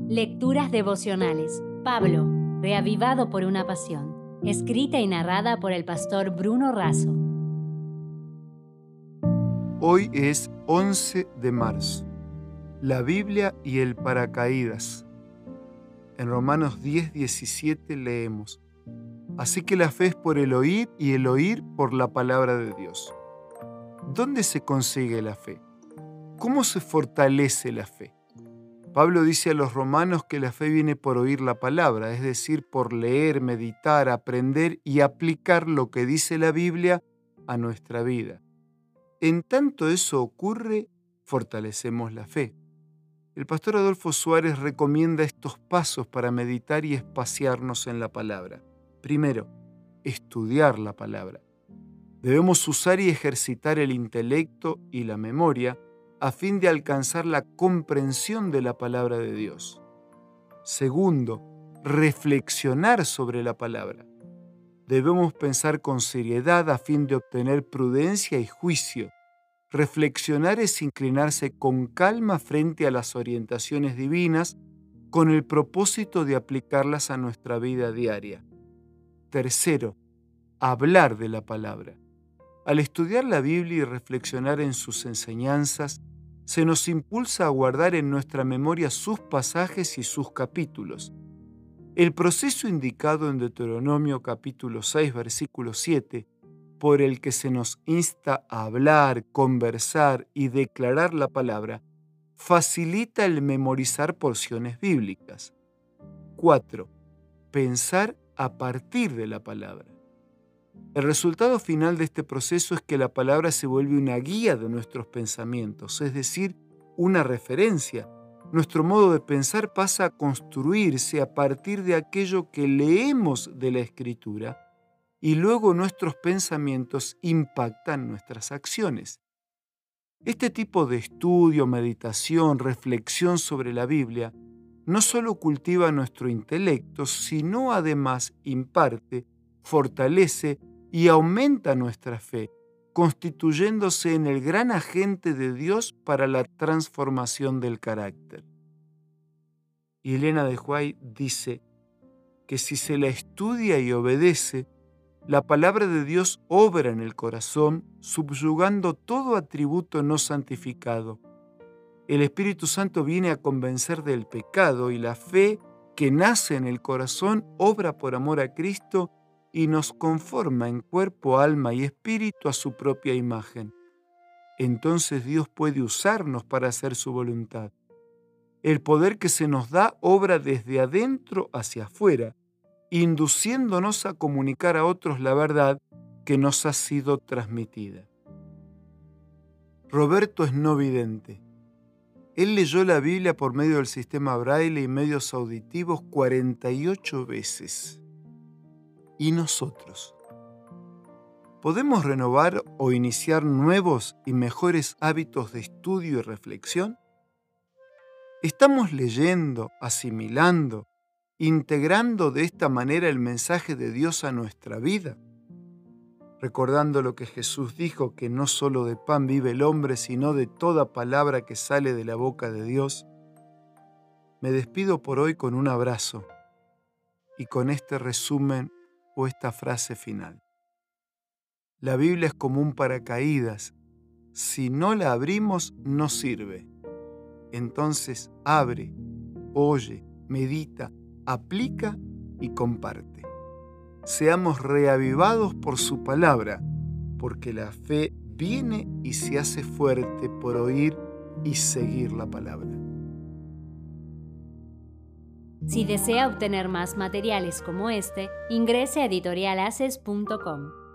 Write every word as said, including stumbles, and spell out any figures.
Lecturas devocionales. Pablo, reavivado por una pasión. Escrita y narrada por el pastor Bruno Razo. Hoy es once de marzo. La Biblia y el paracaídas. En Romanos diez, diecisiete leemos: Así que la fe es por el oír y el oír por la palabra de Dios. ¿Dónde se consigue la fe? ¿Cómo se fortalece la fe? Pablo dice a los romanos que la fe viene por oír la palabra, es decir, por leer, meditar, aprender y aplicar lo que dice la Biblia a nuestra vida. En tanto eso ocurre, fortalecemos la fe. El pastor Adolfo Suárez recomienda estos pasos para meditar y espaciarnos en la palabra. Primero, estudiar la palabra. Debemos usar y ejercitar el intelecto y la memoria a fin de alcanzar la comprensión de la palabra de Dios. Segundo, reflexionar sobre la palabra. Debemos pensar con seriedad a fin de obtener prudencia y juicio. Reflexionar es inclinarse con calma frente a las orientaciones divinas con el propósito de aplicarlas a nuestra vida diaria. Tercero, hablar de la palabra. Al estudiar la Biblia y reflexionar en sus enseñanzas, se nos impulsa a guardar en nuestra memoria sus pasajes y sus capítulos. El proceso indicado en Deuteronomio capítulo seis, versículo siete, por el que se nos insta a hablar, conversar y declarar la palabra, facilita el memorizar porciones bíblicas. cuatro. Pensar a partir de la palabra. El resultado final de este proceso es que la palabra se vuelve una guía de nuestros pensamientos, es decir, una referencia. Nuestro modo de pensar pasa a construirse a partir de aquello que leemos de la Escritura y luego nuestros pensamientos impactan nuestras acciones. Este tipo de estudio, meditación, reflexión sobre la Biblia no solo cultiva nuestro intelecto, sino además imparte, fortalece y aumenta nuestra fe, constituyéndose en el gran agente de Dios para la transformación del carácter. Y Elena de White dice que si se la estudia y obedece, la palabra de Dios obra en el corazón, subyugando todo atributo no santificado. El Espíritu Santo viene a convencer del pecado y la fe que nace en el corazón obra por amor a Cristo y nos conforma en cuerpo, alma y espíritu a su propia imagen. Entonces Dios puede usarnos para hacer su voluntad. El poder que se nos da obra desde adentro hacia afuera, induciéndonos a comunicar a otros la verdad que nos ha sido transmitida. Roberto es no vidente. Él leyó la Biblia por medio del sistema Braille y medios auditivos cuarenta y ocho veces. ¿Y nosotros? ¿Podemos renovar o iniciar nuevos y mejores hábitos de estudio y reflexión? ¿Estamos leyendo, asimilando, integrando de esta manera el mensaje de Dios a nuestra vida? Recordando lo que Jesús dijo, que no solo de pan vive el hombre, sino de toda palabra que sale de la boca de Dios, me despido por hoy con un abrazo y con este resumen o esta frase final. La Biblia es como un paracaídas. Si no la abrimos, no sirve. Entonces abre, oye, medita, aplica y comparte. Seamos reavivados por su palabra, porque la fe viene y se hace fuerte por oír y seguir la palabra. Si desea obtener más materiales como este, ingrese a editorial haces punto com.